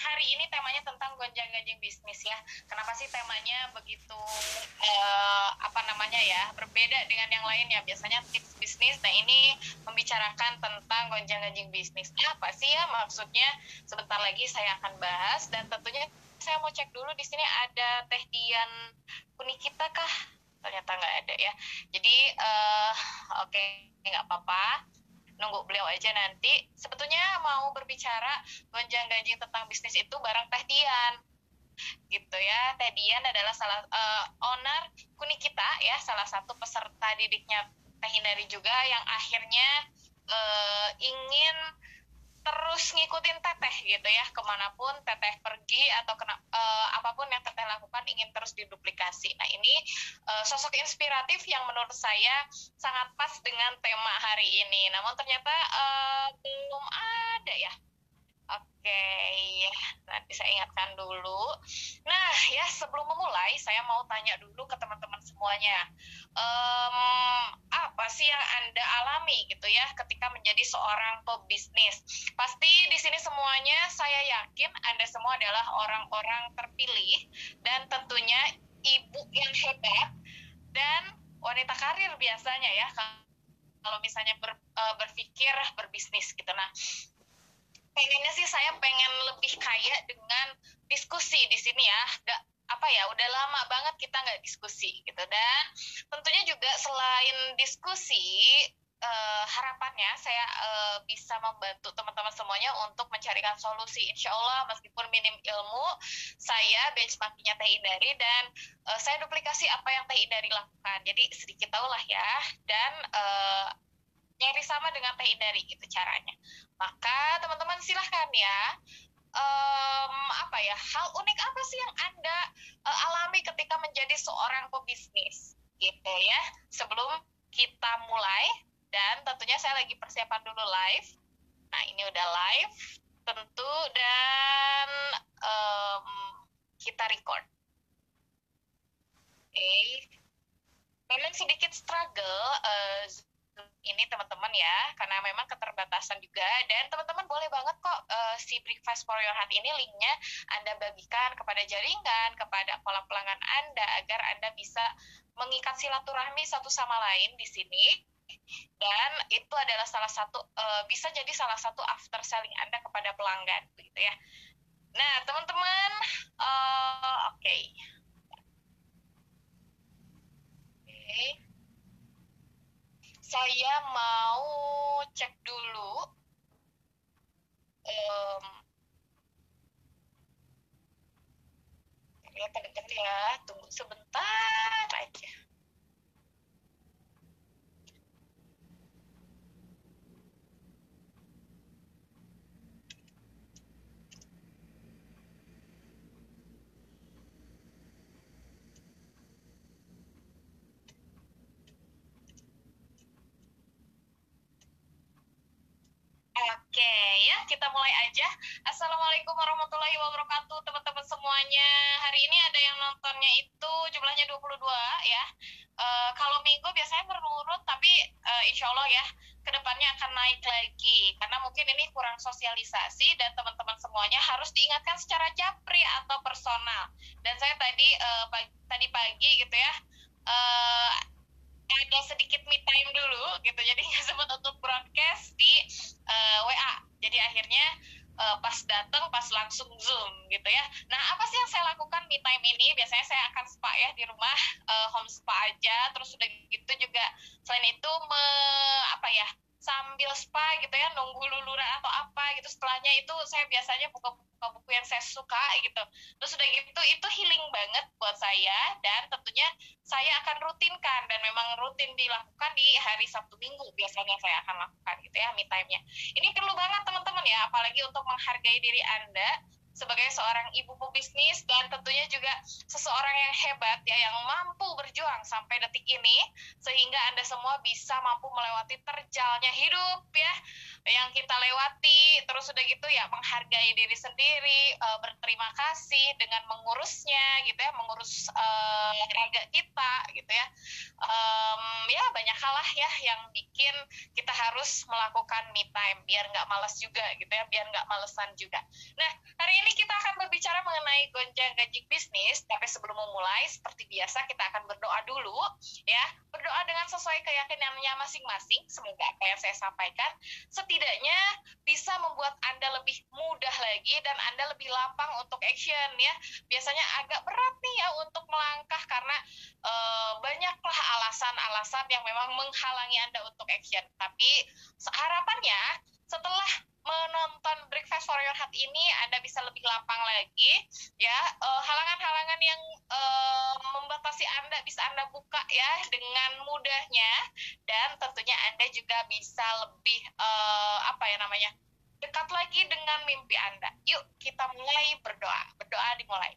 hari ini temanya tentang gonjang-ganjing bisnis ya. Kenapa sih temanya begitu berbeda dengan yang lainnya? Biasanya tips bisnis. Nah, ini membicarakan tentang gonjang-ganjing bisnis. Apa sih ya maksudnya? Sebentar lagi saya akan bahas dan tentunya saya mau cek dulu di sini ada Teh Dian Kunikita kah? Ternyata nggak ada ya. Jadi oke, nggak apa-apa. Nunggu beliau aja nanti. Sebetulnya mau berbicara gonjang-ganjing tentang bisnis itu bareng Teh Dian gitu ya. Teh Dian adalah salah owner Kunikita ya, salah satu peserta didiknya Teh Hindari juga yang akhirnya ingin terus ngikutin Teteh gitu ya, kemanapun Teteh pergi atau apapun yang Teteh lakukan ingin terus diduplikasi. Nah, ini sosok inspiratif yang menurut saya sangat pas dengan tema hari ini. Namun ternyata belum ada ya. Oke, nanti saya ingatkan dulu. Nah, ya sebelum memulai, saya mau tanya dulu ke teman-teman semuanya. Apa sih yang Anda alami gitu ya ketika menjadi seorang pebisnis? Pasti di sini semuanya saya yakin Anda semua adalah orang-orang terpilih dan tentunya ibu yang hebat dan wanita karir biasanya ya kalau misalnya berpikir berbisnis gitu. Nah, pengennya sih saya pengen lebih kaya dengan diskusi di sini ya. Udah lama banget kita nggak diskusi gitu. Dan tentunya juga selain diskusi, harapannya saya bisa membantu teman-teman semuanya untuk mencarikan solusi. Insya Allah meskipun minim ilmu, saya benchmarkingnya Teh Hindari dan saya duplikasi apa yang Teh Hindari lakukan. Jadi sedikit tahulah ya. Dan nyari sama dengan Teh Hindari gitu caranya. Maka teman-teman silahkan ya, hal unik apa sih yang Anda alami ketika menjadi seorang pebisnis gitu ya. Sebelum kita mulai, dan tentunya saya lagi persiapan dulu live. Nah, ini udah live tentu, dan kita record. Oke. Memang sedikit struggle ini teman-teman ya, karena memang keterbatasan juga. Dan teman-teman boleh banget kok si Breakfast for Your Heart ini linknya Anda bagikan kepada jaringan, kepada pola pelanggan Anda, agar Anda bisa mengikat silaturahmi satu sama lain di sini. Dan itu adalah bisa jadi salah satu after selling Anda kepada pelanggan gitu ya. Nah teman-teman, oke. Saya mau cek dulu ya teman-teman ya, tunggu sebentar aja. Oke ya, kita mulai aja. Assalamualaikum warahmatullahi wabarakatuh teman-teman semuanya. Hari ini ada yang nontonnya itu jumlahnya 22 ya. Kalau minggu biasanya menurun, tapi insya Allah ya kedepannya akan naik lagi. Karena mungkin ini kurang sosialisasi dan teman-teman semuanya harus diingatkan secara japri atau personal. Dan saya tadi pagi gitu ya, ada sedikit me time dulu gitu, jadi nggak sempat untuk broadcast di WA. Jadi akhirnya pas datang pas langsung Zoom gitu ya. Nah, apa sih yang saya lakukan me time ini? Biasanya saya akan spa ya di rumah, home spa aja. Terus udah gitu juga selain itu sambil spa gitu ya, nunggu luluran atau apa gitu. Setelahnya itu saya biasanya buka buku yang saya suka gitu. Terus udah gitu itu healing banget buat saya, dan tentunya saya akan rutinkan dan memang rutin dilakukan di hari Sabtu Minggu biasanya saya akan lakukan gitu ya me time-nya. Ini perlu banget teman-teman ya, apalagi untuk menghargai diri Anda sebagai seorang ibu pebisnis dan tentunya juga seseorang yang hebat ya, yang mampu berjuang sampai detik ini sehingga Anda semua bisa mampu melewati terjalnya hidup ya yang kita lewati. Terus udah gitu ya menghargai diri sendiri, berterima kasih dengan mengurusnya gitu ya, mengurus raga kita gitu ya. Ya banyak hal lah ya yang bikin kita harus melakukan me time biar nggak malas juga gitu ya, biar nggak malesan juga. Nah, hari ini kita akan gonjang-ganjing bisnis, tapi sebelum memulai seperti biasa kita akan berdoa dulu ya. Berdoa dengan sesuai keyakinannya masing-masing. Semoga apa yang saya sampaikan setidaknya bisa membuat Anda lebih mudah lagi dan Anda lebih lapang untuk action ya. Biasanya agak berat nih ya untuk melangkah karena banyaklah alasan-alasan yang memang menghalangi Anda untuk action. Tapi harapannya setelah menonton Breakfast for Your Heart ini Anda bisa lebih lapang lagi ya. Halangan-halangan yang membatasi Anda bisa Anda buka ya dengan mudahnya, dan tentunya Anda juga bisa lebih dekat lagi dengan mimpi Anda. Yuk kita mulai berdoa dimulai.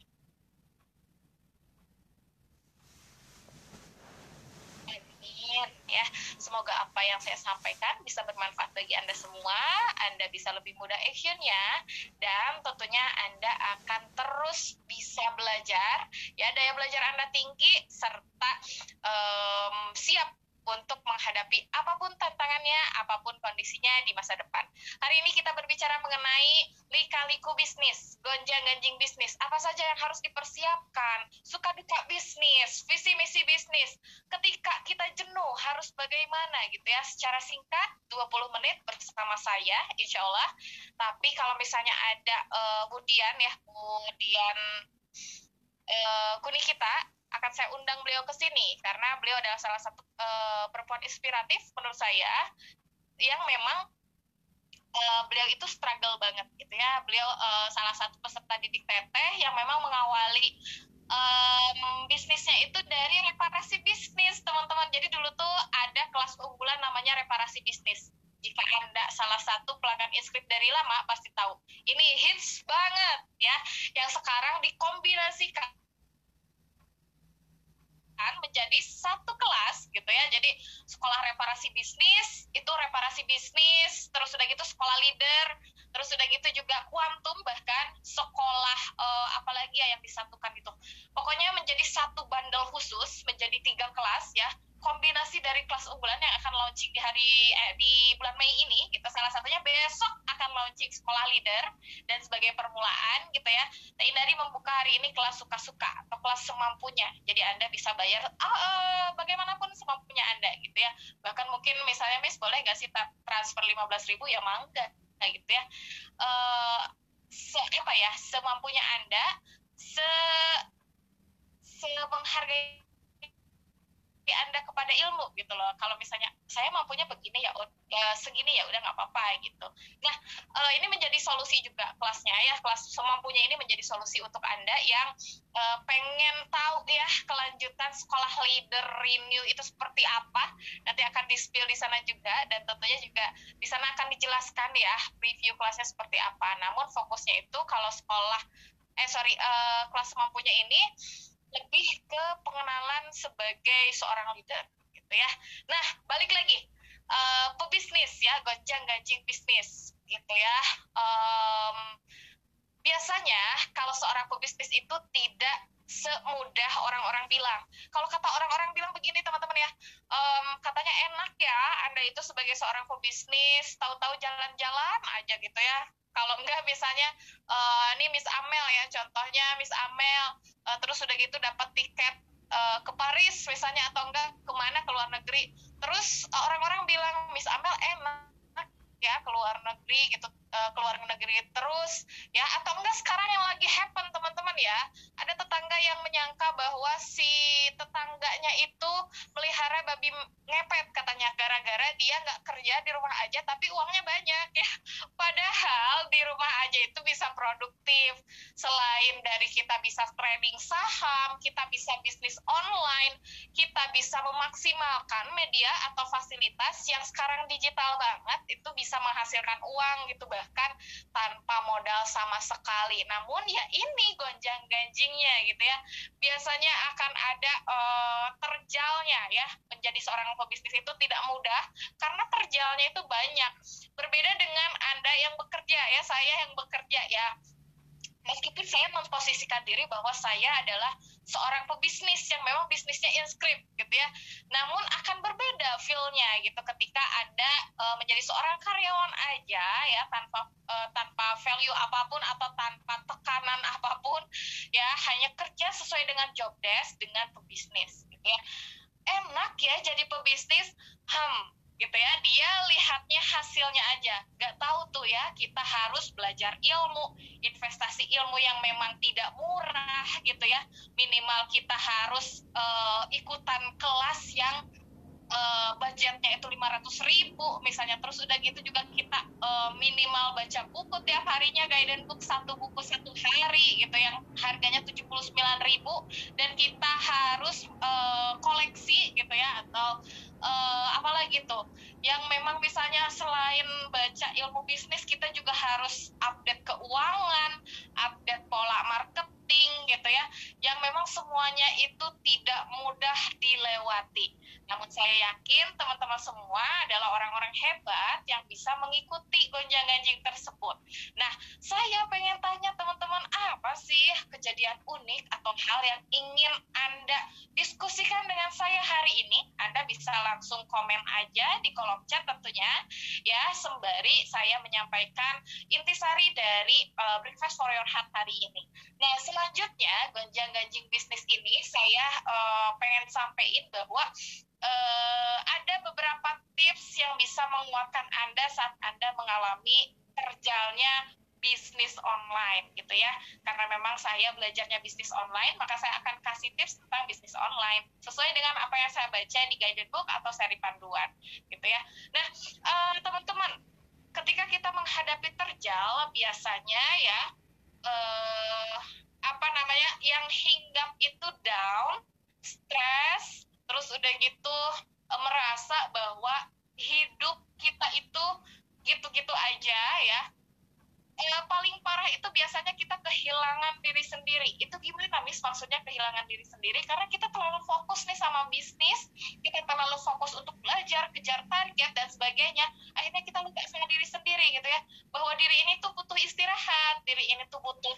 Ya, semoga apa yang saya sampaikan bisa bermanfaat bagi Anda semua. Anda bisa lebih mudah actionnya, dan tentunya Anda akan terus bisa belajar ya, daya belajar Anda tinggi serta siap untuk menghadapi apapun tantangannya, apapun kondisinya di masa depan. Hari ini kita berbicara mengenai lika-liku bisnis, gonjang-ganjing bisnis. Apa saja yang harus dipersiapkan, suka duka bisnis, visi misi bisnis. Ketika kita jenuh harus bagaimana gitu ya, secara singkat 20 menit bersama saya insya Allah. Tapi kalau misalnya ada Budian Kuni kita, akan saya undang beliau ke sini karena beliau adalah salah satu perempuan inspiratif menurut saya, yang memang beliau itu struggle banget gitu ya. Beliau salah satu peserta didik teteh yang memang mengawali bisnisnya itu dari reparasi bisnis, teman-teman. Jadi dulu tuh ada kelas unggulan namanya reparasi bisnis. Jika Anda salah satu pelanggan inskrip dari lama pasti tahu. Ini hits banget ya, yang sekarang dikombinasikan menjadi satu kelas gitu ya. Jadi sekolah reparasi bisnis, terus udah gitu sekolah leader, terus udah gitu juga kuantum, bahkan sekolah apalagi ya yang disatukan itu. Pokoknya menjadi satu bundle khusus, menjadi 3 kelas ya. Kombinasi dari kelas unggulan yang akan launching di bulan Mei ini gitu. Salah satunya besok akan launching sekolah leader, dan sebagai permulaan gitu ya, Teh Indari membuka hari ini kelas suka-suka atau kelas semampunya. Jadi Anda bisa bayar bagaimanapun semampunya Anda gitu ya. Bahkan mungkin misalnya Miss boleh nggak sih transfer 15.000, ya mangga gitu ya. Semampunya Anda, menghargai Anda kepada ilmu gitu loh. Kalau misalnya saya mampunya begini ya segini ya udah nggak apa-apa gitu. Nah, ini menjadi solusi juga kelasnya ya. Kelas semampunya ini menjadi solusi untuk Anda yang pengen tahu ya kelanjutan sekolah leader renew itu seperti apa. Nanti akan di-spill di sana juga, dan tentunya juga di sana akan dijelaskan ya review kelasnya seperti apa. Namun fokusnya itu kalau kelas semampunya ini lebih ke pengenalan sebagai seorang leader gitu ya. Nah, balik lagi pebisnis ya, gonjang-ganjing bisnis gitu ya. Biasanya kalau seorang pebisnis itu tidak semudah orang-orang bilang. Kalau kata orang-orang bilang begini teman-teman ya, katanya enak ya Anda itu sebagai seorang pebisnis, tahu-tahu jalan-jalan aja gitu ya. Kalau enggak misalnya ini Miss Amel ya, contohnya Miss Amel terus udah gitu dapat tiket ke Paris misalnya, atau enggak kemana, ke luar negeri. Terus orang-orang bilang Miss Amel enak ya ke luar negeri gitu, keluar negeri terus ya. Atau enggak sekarang yang lagi happen teman-teman ya, ada tetangga yang menyangka bahwa si tetangganya itu melihara babi ngepet katanya, gara-gara dia nggak kerja di rumah aja tapi uangnya banyak ya. Padahal di rumah aja itu bisa produktif. Selain dari kita bisa trading saham, kita bisa bisnis online, kita bisa memaksimalkan media atau fasilitas yang sekarang digital banget, itu bisa menghasilkan uang gitu, bahkan tanpa modal sama sekali. Namun ya ini gonjang-ganjingnya gitu ya, biasanya akan ada terjalnya ya. Menjadi seorang pebisnis itu tidak mudah karena terjalnya itu banyak. Berbeda dengan Anda yang bekerja ya, saya yang bekerja ya, meskipun saya memposisikan diri bahwa saya adalah seorang pebisnis yang memang bisnisnya inskrip gitu ya, namun akan berbeda feel-nya gitu ketika Anda menjadi seorang karyawan aja ya, tanpa value apapun atau tanpa tekanan apapun namanya kerja sesuai dengan job desk dengan pebisnis gitu ya. Enak ya jadi pebisnis, gitu ya, dia lihatnya hasilnya aja, nggak tahu tuh ya kita harus belajar ilmu, investasi ilmu yang memang tidak murah gitu ya, minimal kita harus ikutan kelas yang budgetnya itu 500.000 misalnya, terus udah gitu juga kita minimal baca buku tiap harinya, guidance book satu buku satu hari gitu yang harganya 79.000, dan kita harus koleksi gitu ya, atau apalagi tuh yang memang misalnya selain baca ilmu bisnis kita juga harus update keuangan, update pola marketing gitu ya, yang memang semuanya itu tidak mudah dilewati. Namun saya yakin teman-teman semua adalah orang-orang hebat yang bisa mengikuti gonjang-ganjing tersebut. Nah, saya pengen tanya teman-teman, apa sih kejadian unik atau hal yang ingin Anda diskusikan dengan saya hari ini? Anda bisa langsung komen aja di kolom chat tentunya, ya, sembari saya menyampaikan intisari dari Breakfast for Your Heart hari ini. Nah, selanjutnya, gonjang-ganjing bisnis ini saya pengen sampaikan bahwa ada beberapa tips yang bisa menguatkan Anda saat Anda mengalami terjalnya bisnis online gitu ya. Karena memang saya belajarnya bisnis online, maka saya akan kasih tips tentang bisnis online sesuai dengan apa yang saya baca di guided book atau seri panduan gitu ya. Nah, teman-teman, ketika kita menghadapi terjal biasanya ya yang hinggap itu down, stres, terus udah gitu merasa bahwa hidup kita itu gitu-gitu aja ya. Paling parah itu biasanya kita kehilangan diri sendiri. Itu gimana, Miss? Maksudnya kehilangan diri sendiri karena kita terlalu fokus nih sama bisnis, kita terlalu fokus untuk belajar, kejar target dan sebagainya. Akhirnya kita lupa sama diri sendiri gitu ya. Bahwa diri ini tuh butuh istirahat, diri ini tuh butuh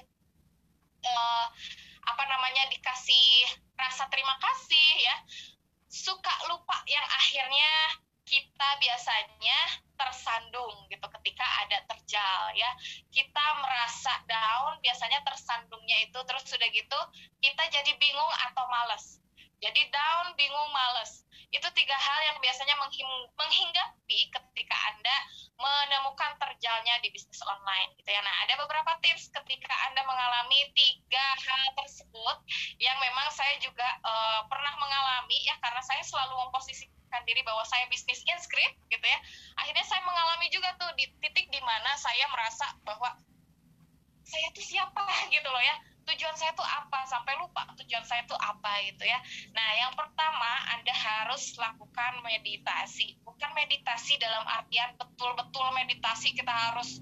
dikasih rasa terima kasih ya. Suka lupa yang akhirnya kita biasanya tersandung gitu ketika ada terjal ya. Kita merasa down, biasanya tersandungnya itu, terus sudah gitu kita jadi bingung atau malas. Jadi down, bingung, males. Itu 3 hal yang biasanya menghinggapi ketika Anda menemukan terjalnya di bisnis online gitu ya. Nah, ada beberapa tips ketika Anda mengalami 3 hal tersebut yang memang saya juga pernah mengalami ya, karena saya selalu memposisikan diri bahwa saya bisnis in script gitu ya. Akhirnya saya mengalami juga tuh di titik di mana saya merasa bahwa saya tuh siapa gitu loh ya. Tujuan saya tuh apa, sampai lupa tujuan saya tuh apa gitu ya. Nah, yang pertama Anda harus lakukan meditasi. Bukan meditasi dalam artian betul-betul meditasi kita harus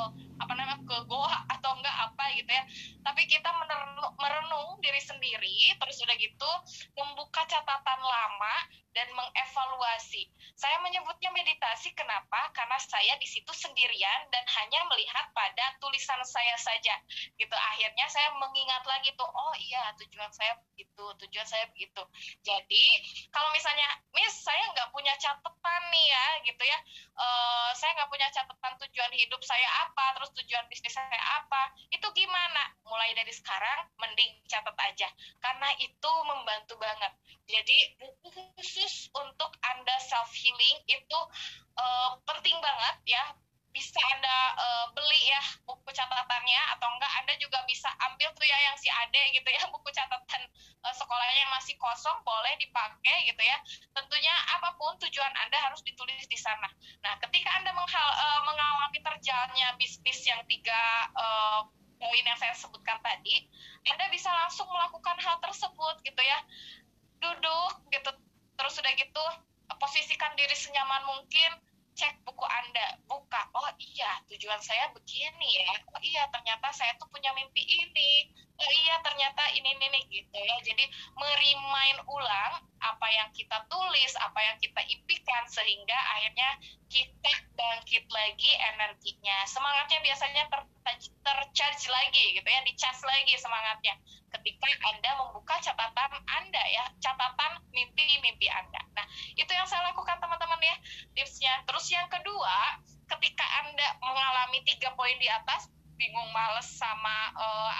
ke goa atau enggak apa gitu ya. Tapi kita merenung diri sendiri, terus udah gitu membuka catatan lama dan mengevaluasi. Saya menyebutnya meditasi kenapa? Karena saya di situ sendirian dan hanya melihat pada tulisan saya saja gitu. Akhirnya saya mengingat lagi tuh, oh iya tujuan saya begitu, tujuan saya begitu. Jadi kalau misalnya Miss saya nggak punya catatan nih ya gitu ya, saya nggak punya catatan tujuan hidup saya apa, terus tujuan bisnis saya apa, itu gimana? Mulai dari sekarang mending catat aja karena itu membantu banget. Jadi buku khusus untuk Anda self healing itu penting banget ya. Bisa Anda beli ya buku catatannya, atau enggak Anda juga bisa ambil tuh ya yang si Ade gitu ya, buku catatan sekolahnya yang masih kosong, boleh dipakai gitu ya. Tentunya apapun tujuan Anda harus ditulis di sana. Nah, ketika Anda mengalami terjalnya bisnis yang 3 poin yang saya sebutkan tadi, Anda bisa langsung melakukan hal tersebut gitu ya. Duduk gitu, terus udah gitu posisikan diri senyaman mungkin, cek buku Anda, buka, oh iya tujuan saya begini ya, oh iya ternyata saya tuh punya mimpi ini, oh iya ternyata ini gitu ya. Jadi merimain ulang apa yang kita tulis, apa yang kita impikan, sehingga akhirnya kita bangkit lagi energinya, semangatnya biasanya tercharge lagi gitu ya, dicas lagi semangatnya ketika Anda membuka catatan Anda ya, catatan mimpi-mimpi Anda. Nah, itu yang saya lakukan teman-teman ya, tipsnya. Terus yang kedua, ketika Anda mengalami 3 poin di atas, bingung, males, sama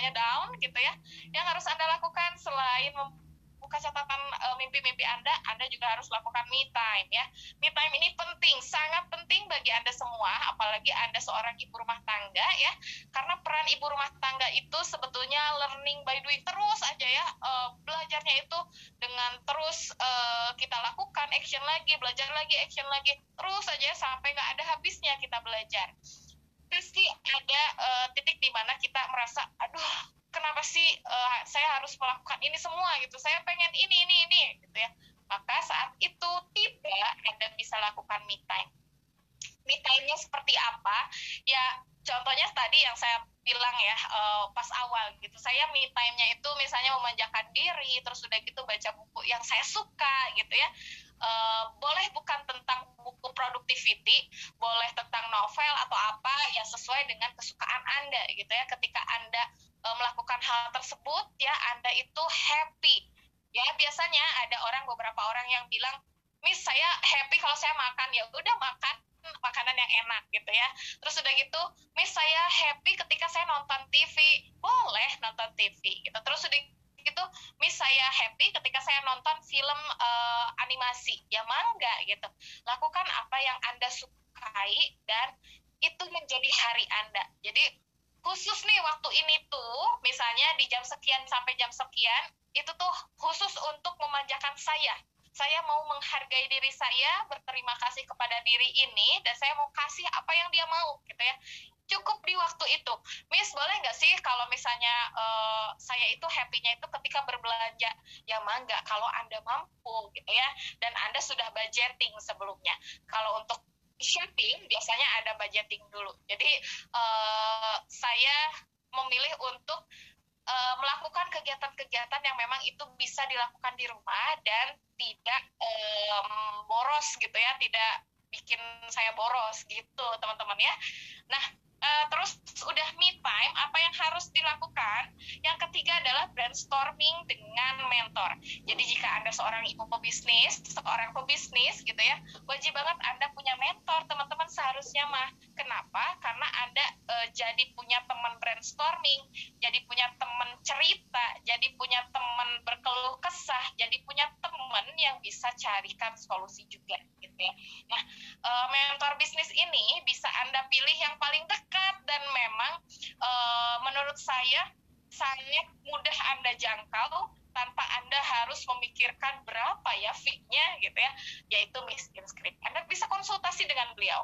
saya down gitu ya, yang harus Anda lakukan selain membuka catatan mimpi-mimpi Anda juga harus lakukan me time ya. Me time ini penting, sangat penting bagi Anda semua, apalagi Anda seorang ibu rumah tangga ya. Karena peran ibu rumah tangga itu sebetulnya learning by doing, terus aja ya, belajarnya itu dengan terus kita lakukan, action lagi, belajar lagi, action lagi, terus aja sampai nggak ada habisnya kita belajar. Pasti ada titik di mana kita merasa, aduh, kenapa sih saya harus melakukan ini semua gitu, saya pengen ini gitu ya. Maka saat itu tiba, Anda bisa lakukan me time. Me time-nya seperti apa? Ya, contohnya tadi yang saya bilang ya, pas awal gitu, saya me time-nya itu misalnya memanjakan diri, terus udah gitu baca buku yang saya suka gitu ya. Boleh bukan tentang buku productivity, boleh tentang novel atau apa yang sesuai dengan kesukaan Anda gitu ya. Ketika Anda melakukan hal tersebut ya, Anda itu happy ya. Biasanya ada beberapa orang yang bilang, Miss, saya happy kalau saya makan. Ya udah, makan makanan yang enak gitu ya. Terus udah gitu, Miss, saya happy ketika saya nonton TV. Boleh nonton TV gitu. Terus udah gitu, Miss, saya happy ketika saya nonton film animasi. Ya mangga gitu. Lakukan apa yang Anda sukai dan itu menjadi hari Anda. Jadi khusus nih waktu ini tuh, misalnya di jam sekian sampai jam sekian, itu tuh khusus untuk memanjakan saya. Saya mau menghargai diri saya, berterima kasih kepada diri ini, dan saya mau kasih apa yang dia mau gitu ya. Cukup di waktu itu. Miss, boleh nggak sih kalau misalnya saya itu happy-nya itu ketika berbelanja? Ya mangga, kalau Anda mampu gitu ya, dan Anda sudah budgeting sebelumnya. Kalau untuk shopping, biasanya ada budgeting dulu. Jadi saya memilih untuk melakukan kegiatan-kegiatan yang memang itu bisa dilakukan di rumah dan tidak boros gitu ya, tidak bikin saya boros gitu teman-teman ya. Nah, terus udah me time, apa yang harus dilakukan? Yang ketiga adalah brainstorming dengan mentor. Jadi jika Anda seorang ibu pebisnis, seorang pebisnis gitu ya, wajib banget Anda punya mentor, teman-teman, seharusnya mah. Kenapa? Karena Anda jadi punya teman brainstorming, jadi punya teman cerita, jadi punya teman berkeluh kesah, jadi punya teman yang bisa carikan solusi juga gitu ya. Nah, mentor bisnis ini bisa Anda pilih yang paling dekat dan memang menurut saya sangat mudah Anda jangkau tanpa Anda harus memikirkan berapa ya fee-nya gitu ya, yaitu Miss Inscript. Anda bisa konsultasi dengan beliau.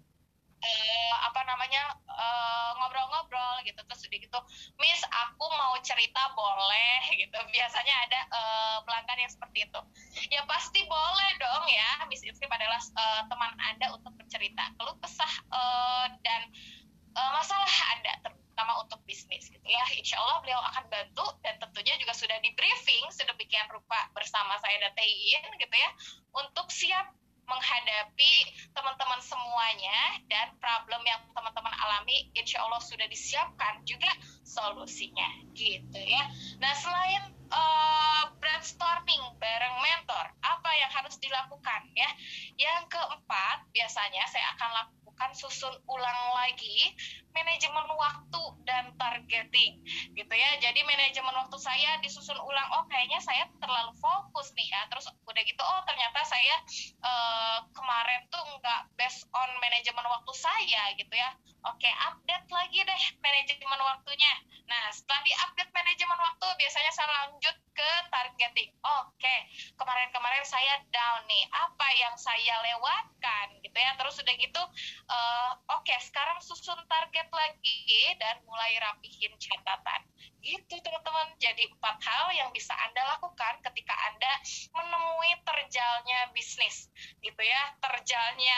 Ngobrol-ngobrol gitu, terus udah gitu, Miss, aku mau cerita boleh gitu. Biasanya ada pelanggan yang seperti itu. Ya pasti boleh dong ya, Miss Inscript adalah teman Anda untuk bercerita keluh kesah dan masalah Anda, terutama untuk bisnis gitu ya. Insya Allah beliau akan bantu, dan tentunya juga sudah di briefing sedemikian rupa bersama saya dan Tein gitu ya, untuk siap menghadapi teman-teman semuanya, dan problem yang teman-teman alami insya Allah sudah disiapkan juga solusinya gitu ya. Nah, selain brainstorming bareng mentor, apa yang harus dilakukan ya? Yang keempat, biasanya saya akan lakukan susun ulang lagi manajemen waktu dan targeting gitu ya. Jadi manajemen waktu saya disusun ulang, oh kayaknya saya terlalu fokus nih ya, terus udah gitu, oh ternyata saya kemarin tuh nggak based on manajemen waktu saya gitu ya. Oke, update lagi deh manajemen waktunya. Nah, setelah di-update manajemen waktu, biasanya saya lanjut ke targeting. Oke, kemarin-kemarin saya down nih, apa yang saya lewatkan gitu ya. Terus udah gitu, oke, sekarang susun target lagi dan mulai rapihin catatan. Gitu teman-teman. Jadi 4 hal yang bisa Anda lakukan ketika Anda menemui terjalnya bisnis gitu ya. Terjalnya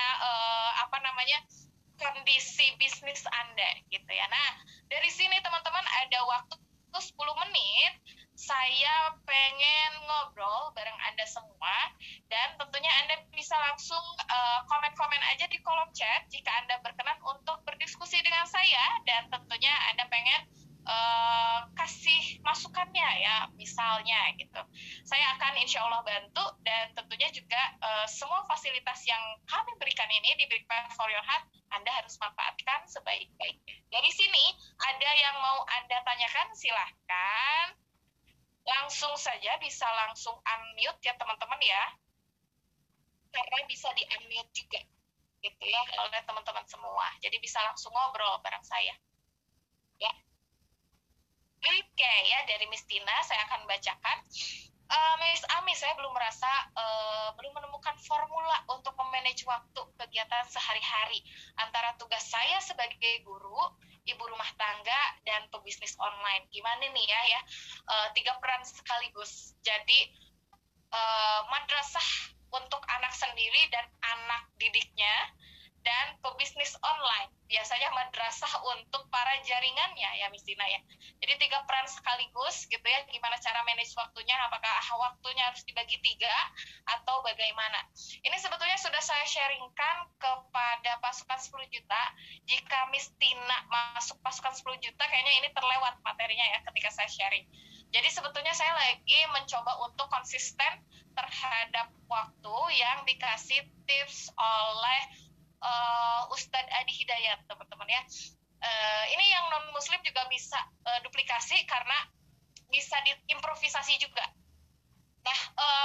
kondisi bisnis Anda gitu ya. Nah, dari sini teman-teman ada waktu 10 menit saya pengen ngobrol bareng Anda semua, dan tentunya Anda bisa langsung komen-komen aja di kolom chat jika Anda berkenan untuk berdiskusi dengan saya, dan tentunya Anda pengen kasih masukannya ya, misalnya gitu. Saya akan insya Allah bantu, dan tentunya juga semua fasilitas yang kami berikan ini di Breakfast for Your Heart Anda Anda harus manfaatkan sebaik-baiknya. Dari sini ada yang mau Anda tanyakan, silahkan. Langsung saja, bisa langsung unmute ya teman-teman ya. Karena bisa di-unmute juga gitu ya oleh teman-teman semua. Jadi bisa langsung ngobrol bareng saya. Ya. Oke ya, dari Miss Tina saya akan bacakan. Miss Ami, saya belum menemukan formula untuk memanage waktu kegiatan sehari-hari antara tugas saya sebagai guru, ibu rumah tangga, dan pebisnis online. Gimana nih ya? 3 peran sekaligus. Jadi madrasah untuk anak sendiri dan anak didiknya, dan pebisnis online. Biasanya madrasah untuk para jaringannya ya Miss Tina ya. Jadi 3 peran sekaligus gitu ya. Gimana cara manage waktunya? Apakah waktunya harus dibagi 3 atau bagaimana? Ini sebetulnya sudah saya sharingkan kepada pasukan 10 juta. Jika Miss Tina masuk pasukan 10 juta, kayaknya ini terlewat materinya ya ketika saya sharing. Jadi sebetulnya saya lagi mencoba untuk konsisten terhadap waktu yang dikasih tips oleh Ustadz Adi Hidayat, teman-teman ya. Ini yang non muslim juga bisa duplikasi karena bisa diimprovisasi juga. Nah,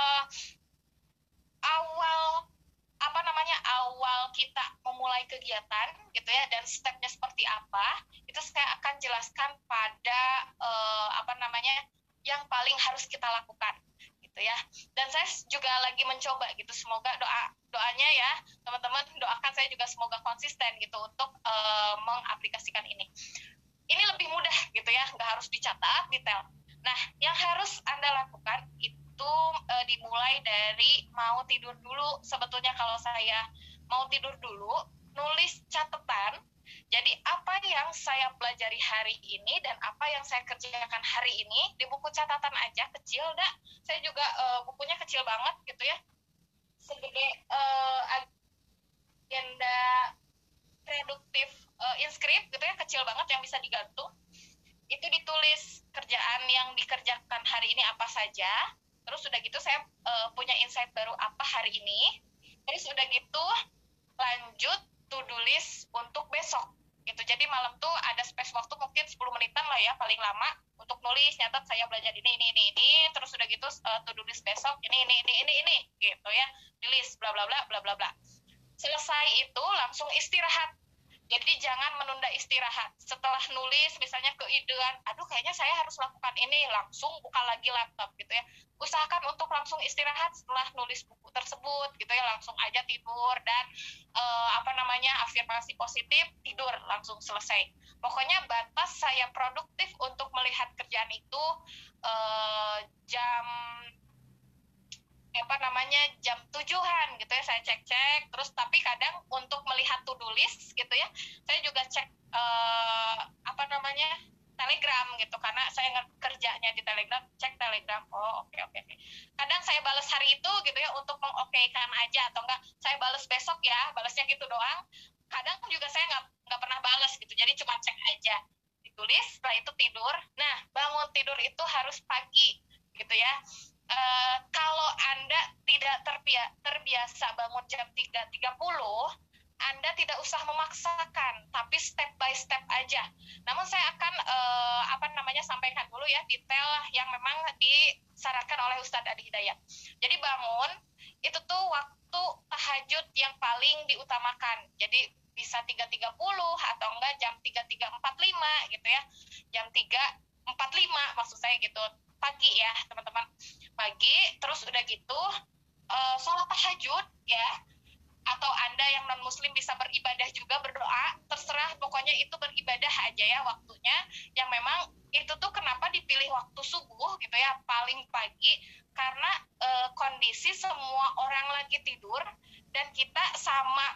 awal kita memulai kegiatan gitu ya, dan stepnya seperti apa, itu saya akan jelaskan pada yang paling harus kita lakukan gitu ya. Dan saya juga lagi mencoba gitu, semoga doanya ya teman-teman, doakan saya juga semoga konsisten gitu untuk mengaplikasikan ini. Ini lebih mudah gitu ya, nggak harus dicatat detail. Nah, yang harus Anda lakukan itu dimulai dari mau tidur dulu. Sebetulnya kalau saya mau tidur dulu, nulis catatan. Jadi apa yang saya pelajari hari ini dan apa yang saya kerjakan hari ini di buku catatan aja, kecil dah. Saya juga bukunya kecil banget gitu ya, segede agenda produktif inskrip gitu ya, kecil banget yang bisa digantung. Itu ditulis kerjaan yang dikerjakan hari ini apa saja. Terus udah gitu saya punya insight baru apa hari ini. Terus udah gitu lanjut to-do list untuk besok gitu. Jadi malam tuh ada space waktu mungkin 10 menitan lah ya paling lama untuk nulis, nyatat saya belajar ini. Terus udah gitu to-do list besok ini gitu ya. Di list bla bla bla bla bla bla. Selesai itu langsung istirahat. Jadi jangan menunda istirahat. Setelah nulis misalnya keidean, aduh kayaknya saya harus lakukan ini, langsung buka lagi laptop gitu ya. Usahakan untuk langsung istirahat setelah nulis buku tersebut gitu ya, langsung aja tidur dan afirmasi positif, tidur langsung selesai. Pokoknya batas saya produktif untuk melihat kerjaan itu jam 7-an gitu ya, saya cek terus. Tapi kadang untuk melihat to do list gitu ya, saya juga cek Telegram gitu, karena saya kerjanya di Telegram, cek Telegram. Oke. Kadang saya balas hari itu gitu ya untuk mengokekan aja, atau enggak saya balas besok ya, balasnya gitu doang. Kadang juga saya nggak pernah balas gitu, jadi cuma cek aja, ditulis, setelah itu tidur. Nah, bangun tidur itu harus pagi gitu ya. Kalau Anda tidak terbiasa bangun jam 3.30, Anda tidak usah memaksakan, tapi step by step aja. Namun saya akan sampaikan dulu ya detail yang memang disarankan oleh Ustadz Adi Hidayat. Jadi bangun itu tuh waktu tahajud yang paling diutamakan. Jadi bisa 3.30 atau enggak jam 3.45 gitu ya. Jam 3.45 maksud saya gitu. Pagi ya teman-teman, pagi. Terus udah gitu sholat tahajud ya, atau Anda yang non muslim bisa beribadah juga, berdoa, terserah, pokoknya itu beribadah aja ya waktunya. Yang memang itu tuh kenapa dipilih waktu subuh gitu ya, paling pagi, karena kondisi semua orang lagi tidur dan kita sama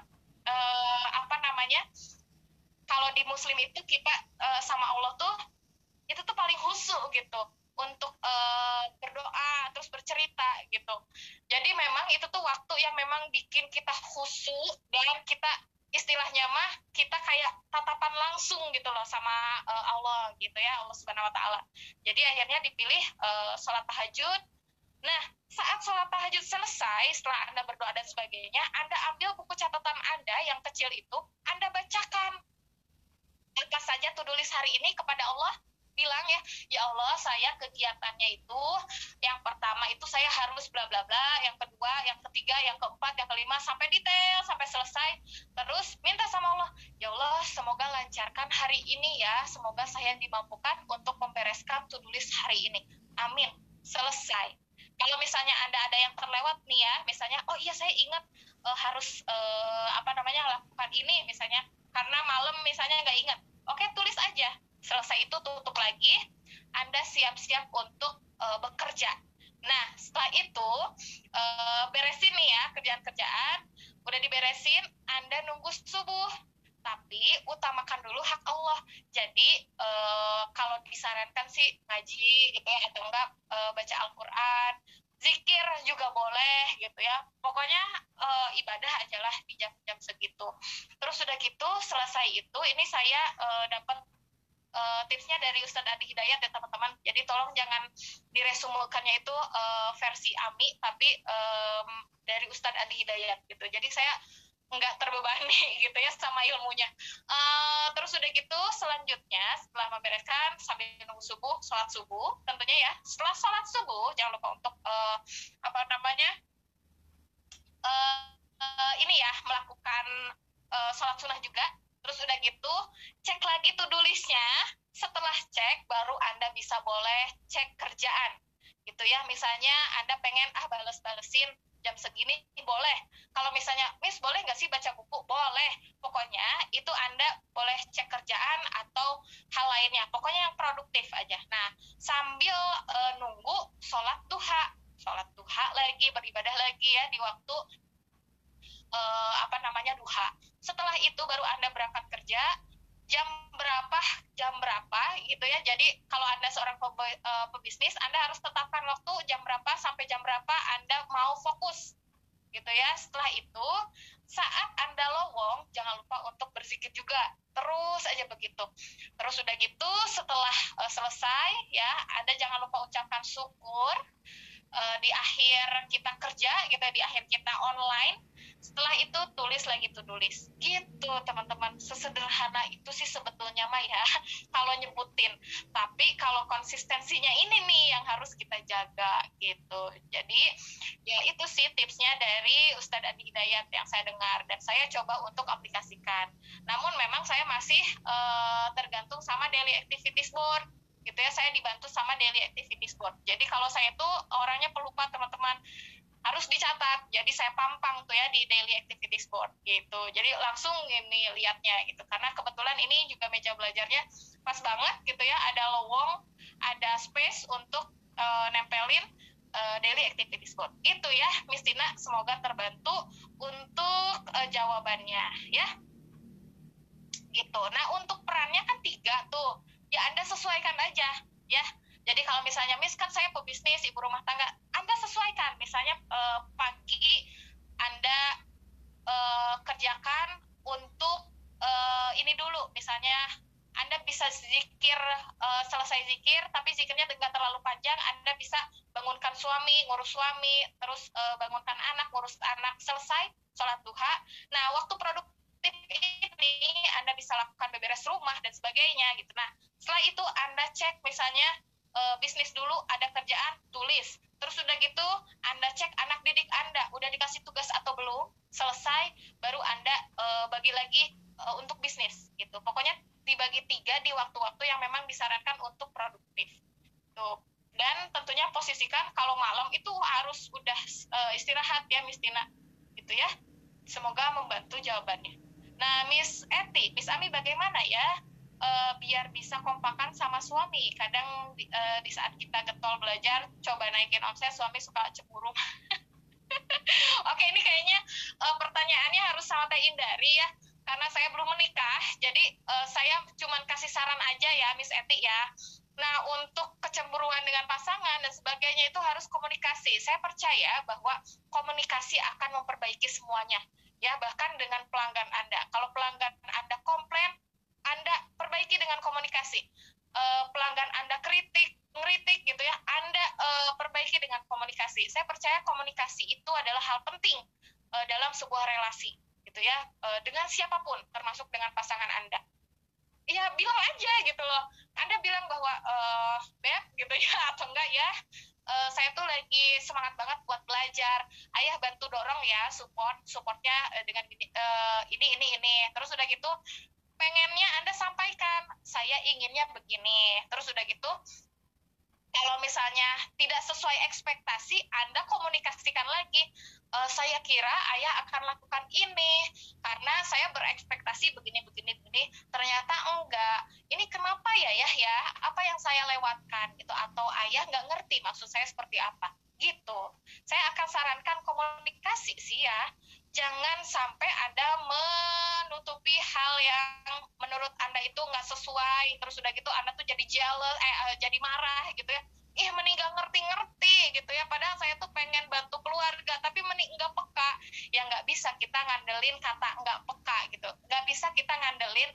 kalau di muslim itu kita sama Allah tuh itu tuh paling khusyuk gitu untuk berdoa terus bercerita gitu. Jadi memang itu tuh waktu yang memang bikin kita khusyuk dan kita istilahnya mah kita kayak tatapan langsung gitu loh sama Allah gitu ya, Allah Subhanahu wa taala. Jadi akhirnya dipilih sholat tahajud. Nah, saat sholat tahajud selesai, setelah Anda berdoa dan sebagainya, Anda ambil buku catatan Anda yang kecil itu, Anda bacakan apa saja tulis hari ini kepada Allah. Bilang ya Allah, saya kegiatannya itu yang pertama itu saya harus bla bla bla, yang kedua, yang ketiga, yang keempat, yang kelima, sampai detail, sampai selesai. Terus minta sama Allah, ya Allah semoga lancarkan hari ini ya, semoga saya dimampukan untuk membereskan tulis hari ini, amin. Selesai. Kalau misalnya ada yang terlewat nih ya, misalnya oh iya saya ingat harus lakukan ini misalnya, karena malam misalnya nggak ingat, oke tulis aja. Selesai itu tutup lagi, Anda siap-siap untuk bekerja. Nah setelah itu beresin nih ya kerjaan-kerjaan, udah diberesin, Anda nunggu subuh, tapi utamakan dulu hak Allah. Jadi kalau disarankan sih ngaji gitu ya, atau enggak baca Al-Quran, zikir juga boleh gitu ya. Pokoknya ibadah aja lah di jam-jam segitu. Terus sudah gitu selesai itu, ini saya dapat tipsnya dari Ustadz Adi Hidayat ya teman-teman. Jadi tolong jangan diresumukannya itu versi Ami, tapi dari Ustadz Adi Hidayat gitu. Jadi saya nggak terbebani gitu ya sama ilmunya. Terus udah gitu selanjutnya setelah membereskan sambil nunggu subuh, sholat subuh tentunya ya. Setelah sholat subuh jangan lupa untuk ini ya, melakukan sholat sunnah juga. Terus udah gitu cek lagi to-do list-nya. Setelah cek baru Anda bisa boleh cek kerjaan gitu ya. Misalnya Anda pengen bales-balesin jam segini, boleh. Kalau misalnya Miss boleh nggak sih baca buku, boleh. Pokoknya itu Anda boleh cek kerjaan atau hal lainnya, pokoknya yang produktif aja. Nah sambil nunggu sholat duha lagi, beribadah lagi ya di waktu duha. Setelah itu baru Anda berangkat kerja. Jam berapa gitu ya. Jadi kalau Anda seorang pebisnis, Anda harus tetapkan waktu jam berapa sampai jam berapa Anda mau fokus gitu ya. Setelah itu saat Anda lowong jangan lupa untuk berzikir juga, terus aja begitu. Terus udah gitu setelah selesai ya, Anda jangan lupa ucapkan syukur di akhir kita kerja gitu, di akhir kita online. Setelah itu tulis lagi tulis gitu teman-teman. Sesederhana itu sih sebetulnya mah ya kalau nyebutin, tapi kalau konsistensinya ini nih yang harus kita jaga gitu. Jadi ya itu sih tipsnya dari Ustadz Adi Hidayat yang saya dengar dan saya coba untuk aplikasikan. Namun memang saya masih tergantung sama daily activities board gitu ya. Saya dibantu sama daily activities board. Jadi kalau saya tuh orangnya pelupa teman-teman, harus dicatat. Jadi saya pampang tuh ya di daily activities board gitu. Jadi langsung ini lihatnya gitu. Karena kebetulan ini juga meja belajarnya pas banget gitu ya. Ada lowong, ada space untuk nempelin daily activities board. Itu ya Miss Tina, semoga terbantu untuk jawabannya ya. Gitu. Nah untuk perannya kan 3 tuh. Ya Anda sesuaikan aja ya. Jadi kalau misalnya Miss kan saya pebisnis, ibu rumah tangga, Anda sesuaikan. Misalnya pagi Anda kerjakan untuk ini dulu. Misalnya Anda bisa zikir, selesai zikir, tapi zikirnya nggak terlalu panjang. Anda bisa bangunkan suami, ngurus suami, terus bangunkan anak, ngurus anak, selesai sholat duha. Nah waktu produktif ini Anda bisa lakukan beberes rumah dan sebagainya gitu. Nah setelah itu Anda cek misalnya bisnis dulu, ada kerjaan, tulis. Terus udah gitu Anda cek anak didik Anda udah dikasih tugas atau belum, selesai baru Anda bagi lagi untuk bisnis gitu. Pokoknya dibagi 3 di waktu-waktu yang memang disarankan untuk produktif tuh. Dan tentunya posisikan kalau malam itu harus udah istirahat ya Miss Tina gitu ya. Semoga membantu jawabannya. Nah Miss Eti, Miss Ami bagaimana ya biar bisa kompakan sama suami? Kadang di saat kita getol belajar coba naikin omset, suami suka cemburu. Oke, ini kayaknya pertanyaannya harus sama Teh Indari ya, karena saya belum menikah, jadi saya cuma kasih saran aja ya Miss Eti ya. Nah untuk kecemburuan dengan pasangan dan sebagainya itu harus komunikasi. Saya percaya bahwa komunikasi akan memperbaiki semuanya ya, bahkan dengan pelanggan Anda. Kalau pelanggan Anda komplain, Anda perbaiki dengan komunikasi. Pelanggan Anda ngeritik gitu ya, Anda perbaiki lagi dengan komunikasi. Saya percaya komunikasi itu adalah hal penting dalam sebuah relasi, gitu ya, dengan siapapun, termasuk dengan pasangan Anda. Ya bilang aja gitu loh. Anda bilang bahwa Beb gitu ya, atau enggak ya, saya tuh lagi semangat banget buat belajar. Ayah bantu dorong ya, supportnya dengan ini. Terus udah gitu, pengennya Anda sampaikan, saya inginnya begini. Terus udah gitu, kalau misalnya tidak sesuai ekspektasi, Anda komunikasikan lagi. Saya kira ayah akan lakukan ini karena saya berekspektasi begini. Ternyata enggak. Ini kenapa ya? Apa yang saya lewatkan gitu, atau ayah nggak ngerti maksud saya seperti apa gitu. Saya akan sarankan komunikasi sih ya. Jangan sampai Anda menutupi hal yang menurut Anda itu nggak sesuai, terus udah gitu Anda tuh jadi jealous, jadi marah gitu ya. Mending nggak ngerti gitu ya. Padahal saya tuh pengen bantu keluarga, tapi mending nggak peka. Ya nggak bisa kita ngandelin kata nggak peka gitu. Nggak bisa kita ngandelin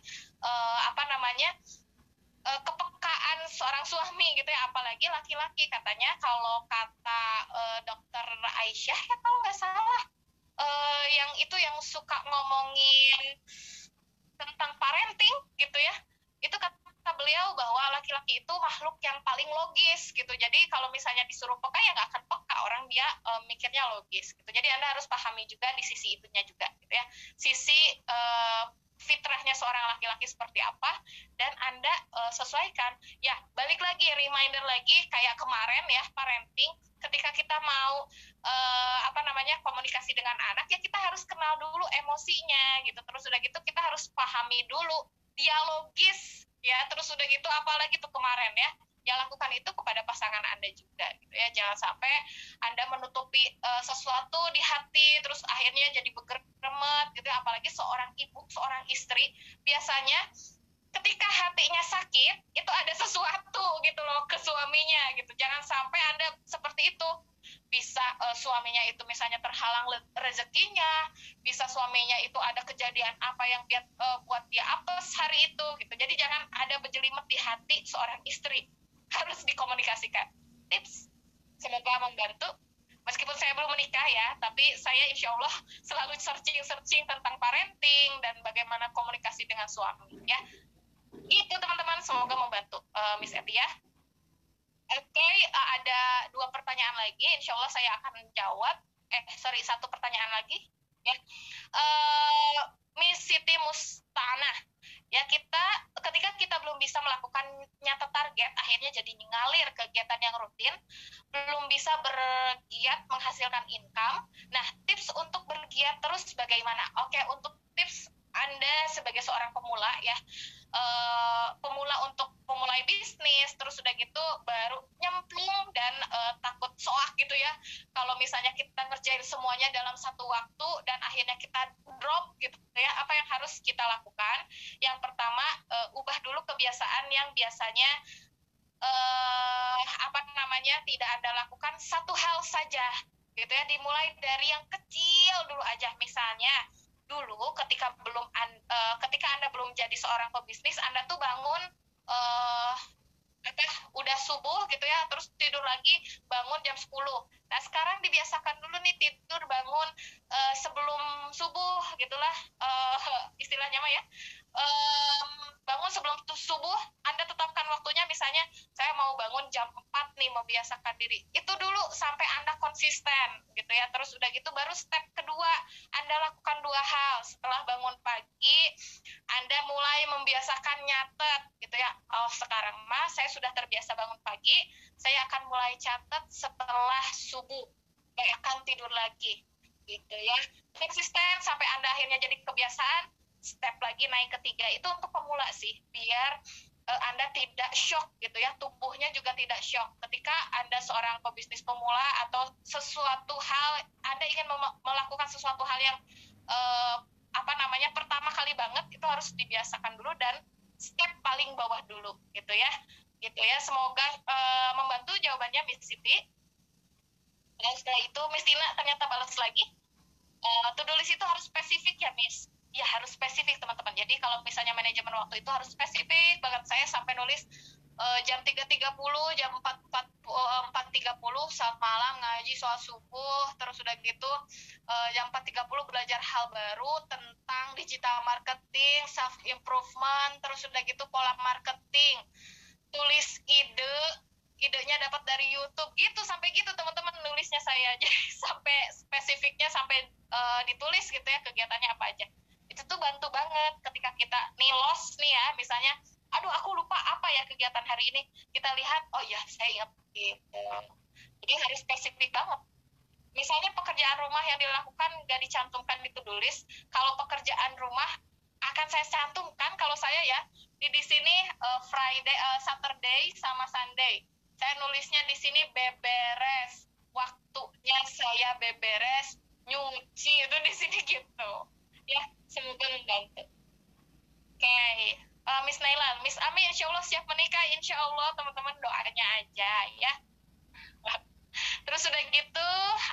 kepekaan seorang suami gitu ya. Apalagi laki-laki, katanya kalau kata dokter Aisyah ya kalau nggak salah, yang itu yang suka ngomongin tentang parenting gitu ya, itu kata beliau bahwa laki-laki itu makhluk yang paling logis gitu. Jadi kalau misalnya disuruh peka ya nggak akan peka, orang dia mikirnya logis gitu. Jadi Anda harus pahami juga di sisi itunya juga gitu ya, sisi fitrahnya seorang laki-laki seperti apa, dan Anda sesuaikan. Ya balik lagi, reminder lagi kayak kemarin ya, parenting, ketika kita mau komunikasi dengan anak ya kita harus kenal dulu emosinya gitu. Terus udah gitu kita harus pahami dulu dialogis ya. Terus udah gitu apalagi tuh kemarin ya lakukan itu kepada pasangan Anda juga gitu ya. Jangan sampai Anda menutupi sesuatu di hati terus akhirnya jadi bergeremet gitu ya. Apalagi seorang ibu, seorang istri, biasanya ketika hatinya sakit itu ada sesuatu gitu loh ke suaminya gitu. Jangan sampai Anda seperti itu. Bisa suaminya itu misalnya terhalang rezekinya, bisa suaminya itu ada kejadian apa yang buat dia apes hari itu gitu. Jadi jangan ada berjelimet di hati seorang istri, harus dikomunikasikan. Tips semoga membantu. Meskipun saya belum menikah ya, tapi saya insya Allah selalu searching tentang parenting dan bagaimana komunikasi dengan suami ya. Itu teman-teman, semoga membantu Miss Eti ya. Oke, ada 2 pertanyaan lagi, insya Allah saya akan jawab. Satu pertanyaan lagi ya. Miss Siti Mustana ya, ketika kita belum bisa melakukan nyata target, akhirnya jadi ngalir kegiatan yang rutin, belum bisa bergiat menghasilkan income. Nah, tips untuk bergiat terus bagaimana? Oke, untuk tips Anda sebagai seorang pemula ya, pemula untuk memulai bisnis, terus udah gitu baru nyemplung dan takut soak gitu ya. Kalau misalnya kita ngerjain semuanya dalam satu waktu dan akhirnya kita drop gitu ya, apa yang harus kita lakukan? Yang pertama, ubah dulu kebiasaan yang biasanya tidak Anda lakukan satu hal saja gitu ya. Dimulai dari yang kecil dulu aja. Misalnya dulu ketika Anda belum jadi seorang pebisnis, Anda tuh bangun udah subuh gitu ya, terus tidur lagi bangun jam 10. Nah sekarang dibiasakan dulu nih tidur bangun sebelum subuh gitulah, istilahnya mah ya. Bangun sebelum subuh, Anda tetapkan waktunya, misalnya saya mau bangun jam 4 nih, membiasakan diri. Itu dulu sampai Anda konsisten gitu ya. Terus udah gitu baru step kedua, Anda lakukan 2 hal. Setelah bangun pagi, Anda mulai membiasakan nyatet gitu ya. Oh, sekarang mah saya sudah terbiasa bangun pagi, saya akan mulai catat setelah subuh. Saya akan tidur lagi gitu ya. Konsisten sampai Anda akhirnya jadi kebiasaan. Step lagi naik ketiga, itu untuk pemula sih, biar Anda tidak shock gitu ya, tubuhnya juga tidak shock ketika Anda seorang pebisnis pemula atau sesuatu hal Anda ingin melakukan sesuatu hal yang pertama kali banget, itu harus dibiasakan dulu dan step paling bawah dulu gitu ya. Semoga membantu jawabannya Miss Siti. Dan setelah itu Miss Tina ternyata balas lagi, to-do list itu harus spesifik ya Miss. Ya harus spesifik teman-teman. Jadi kalau misalnya manajemen waktu itu harus spesifik banget. Saya sampai nulis jam 3.30, jam 4.30 4.30 saat malam ngaji soal subuh, terus udah gitu jam 4.30 belajar hal baru tentang digital marketing, self improvement, terus udah gitu pola marketing, tulis idenya dapat dari YouTube gitu, sampai gitu teman-teman nulisnya saya. Jadi sampai spesifiknya, sampai ditulis gitu ya kegiatannya apa aja. Itu tuh bantu banget ketika kita nih lost nih ya, misalnya aduh aku lupa apa ya kegiatan hari ini, kita lihat oh ya saya ingat gitu. Jadi harus spesifik banget. Misalnya pekerjaan rumah yang dilakukan nggak dicantumkan di to-do list, kalau pekerjaan rumah akan saya cantumkan kalau saya ya di sini Friday, Saturday sama Sunday. Saya nulisnya di sini beberes, waktunya saya beberes, nyuci itu di sini gitu. Ya, semoga membantu. Oke, Miss Naila, Miss Ami insya Allah siap menikah, insya Allah teman-teman doanya aja ya. Terus udah gitu,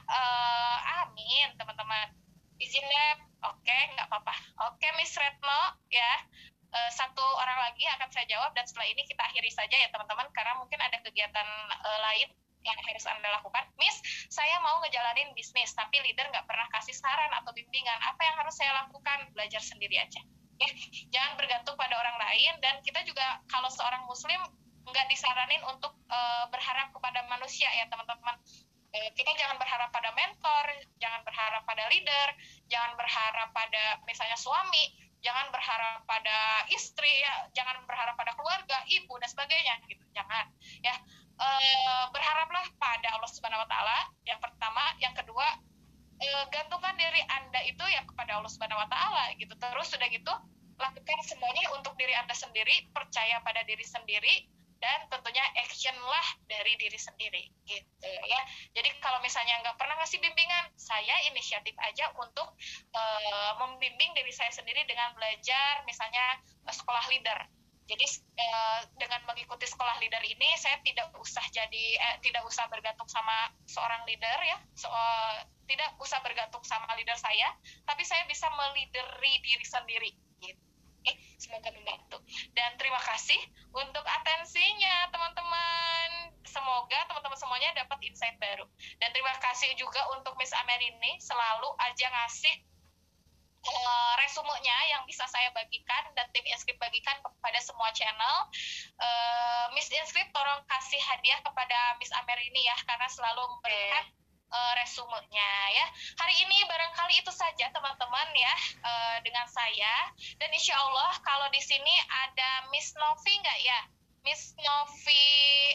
amin teman-teman. Izin deh, oke nggak apa-apa. Oke Miss Retno ya, satu orang lagi akan saya jawab dan setelah ini kita akhiri saja ya teman-teman, karena mungkin ada kegiatan lain yang harus Anda lakukan. Miss, saya mau ngejalanin bisnis, tapi leader nggak pernah kasih saran atau bimbingan. Apa yang harus saya lakukan? Belajar sendiri aja. Ya, jangan bergantung pada orang lain, dan kita juga kalau seorang muslim nggak disaranin untuk berharap kepada manusia ya teman-teman. Kita jangan berharap pada mentor, jangan berharap pada leader, jangan berharap pada misalnya suami, jangan berharap pada istri, ya, jangan berharap pada keluarga, ibu dan sebagainya gitu. Jangan ya. Berharaplah pada Allah Subhanahu wa taala yang pertama, yang kedua gantungkan diri Anda itu ya kepada Allah Subhanahu wa taala gitu. Terus sudah gitu lakukan semuanya untuk diri Anda sendiri, percaya pada diri sendiri, dan tentunya action lah dari diri sendiri gitu ya. Jadi kalau misalnya nggak pernah ngasih bimbingan, saya inisiatif aja untuk membimbing diri saya sendiri dengan belajar misalnya sekolah leader. Jadi dengan mengikuti sekolah leader ini saya tidak usah bergantung sama seorang leader ya, tidak usah bergantung sama leader saya, tapi saya bisa melideri diri sendiri gitu. Semoga membantu. Dan terima kasih untuk atensinya teman-teman. Semoga teman-teman semuanya dapat insight baru. Dan terima kasih juga untuk Miss Amerini, selalu aja ngasih resumenya yang bisa saya bagikan dan tim Inscript bagikan kepada semua channel. Miss Inscript tolong kasih hadiah kepada Miss Amerini ya, karena selalu memberikan resumenya ya. Hari ini barangkali itu saja teman-teman ya, dengan saya. Dan insya Allah kalau di sini ada Miss Novi nggak ya? Miss Novi,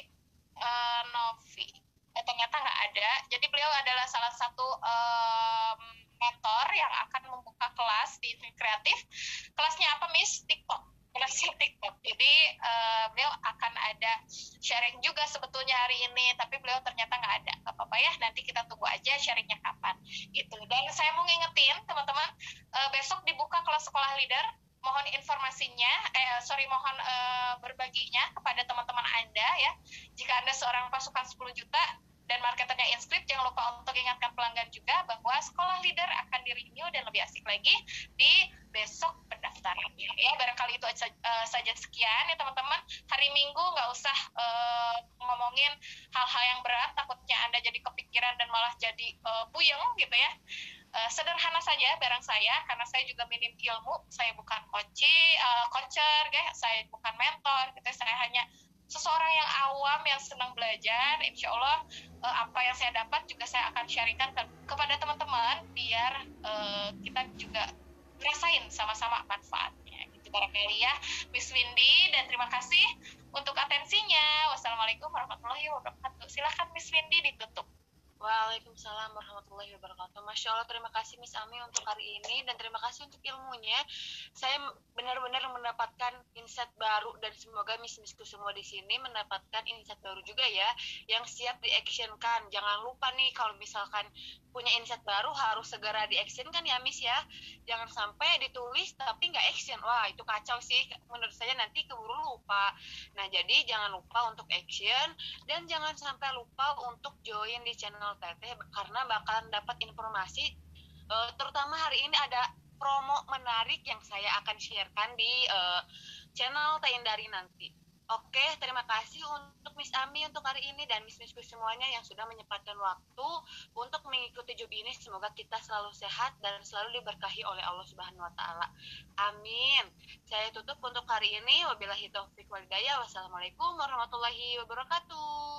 ternyata nggak ada. Jadi beliau adalah salah satu mentor yang akan membuka kelas di Kreatif. Kelasnya apa Miss? TikTok. Kelasnya TikTok. Jadi beliau akan ada sharing juga sebetulnya hari ini, tapi beliau ternyata nggak ada. Nggak apa-apa ya, nanti kita tunggu aja sharingnya kapan. Gitu. Dan saya mau ngingetin teman-teman, besok dibuka kelas sekolah leader. Mohon informasinya, mohon berbaginya kepada teman-teman Anda ya. Jika Anda seorang pasukan 10 juta dan marketernya Inscript, jangan lupa untuk ingatkan pelanggan juga bahwa sekolah leader akan di-renew dan lebih asik lagi di besok pendaftarannya ya. Barangkali itu saja sekian ya teman-teman. Hari Minggu nggak usah ngomongin hal-hal yang berat, takutnya Anda jadi kepikiran dan malah jadi puyeng gitu ya. Sederhana saja barang saya, karena saya juga minim ilmu, saya bukan coacher, saya bukan mentor, gitu. Saya hanya seseorang yang awam yang senang belajar. Insya Allah apa yang saya dapat juga saya akan sharingkan kepada teman-teman biar kita juga ngerasain sama-sama manfaatnya. Gitu barangkali ya, Miss Windy, dan terima kasih untuk atensinya. Wassalamualaikum warahmatullahi wabarakatuh. Silakan Miss Windy ditutup. Waalaikumsalam warahmatullahi wabarakatuh. Masya Allah, terima kasih Miss Ami untuk hari ini, dan terima kasih untuk ilmunya. Saya benar-benar mendapatkan insight baru, dan semoga Miss-Missku semua di sini mendapatkan insight baru juga ya, yang siap di-actionkan. Jangan lupa nih, kalau misalkan punya insight baru harus segera di-actionkan ya Miss ya. Jangan sampai ditulis tapi nggak action. Wah, itu kacau sih. Menurut saya nanti keburu lupa. Nah, jadi jangan lupa untuk action, dan jangan sampai lupa untuk join di channel Teteh, karena bakalan dapat informasi, terutama hari ini ada promo menarik yang saya akan sharekan di channel Teh Indari nanti. Oke, terima kasih untuk Miss Ami untuk hari ini dan Miss-Missku semuanya yang sudah menyempatkan waktu untuk mengikuti job ini. Semoga kita selalu sehat dan selalu diberkahi oleh Allah Subhanahu wa taala. Amin. Saya tutup untuk hari ini. Wabillahi taufik wal hidayah. Wassalamualaikum warahmatullahi wabarakatuh.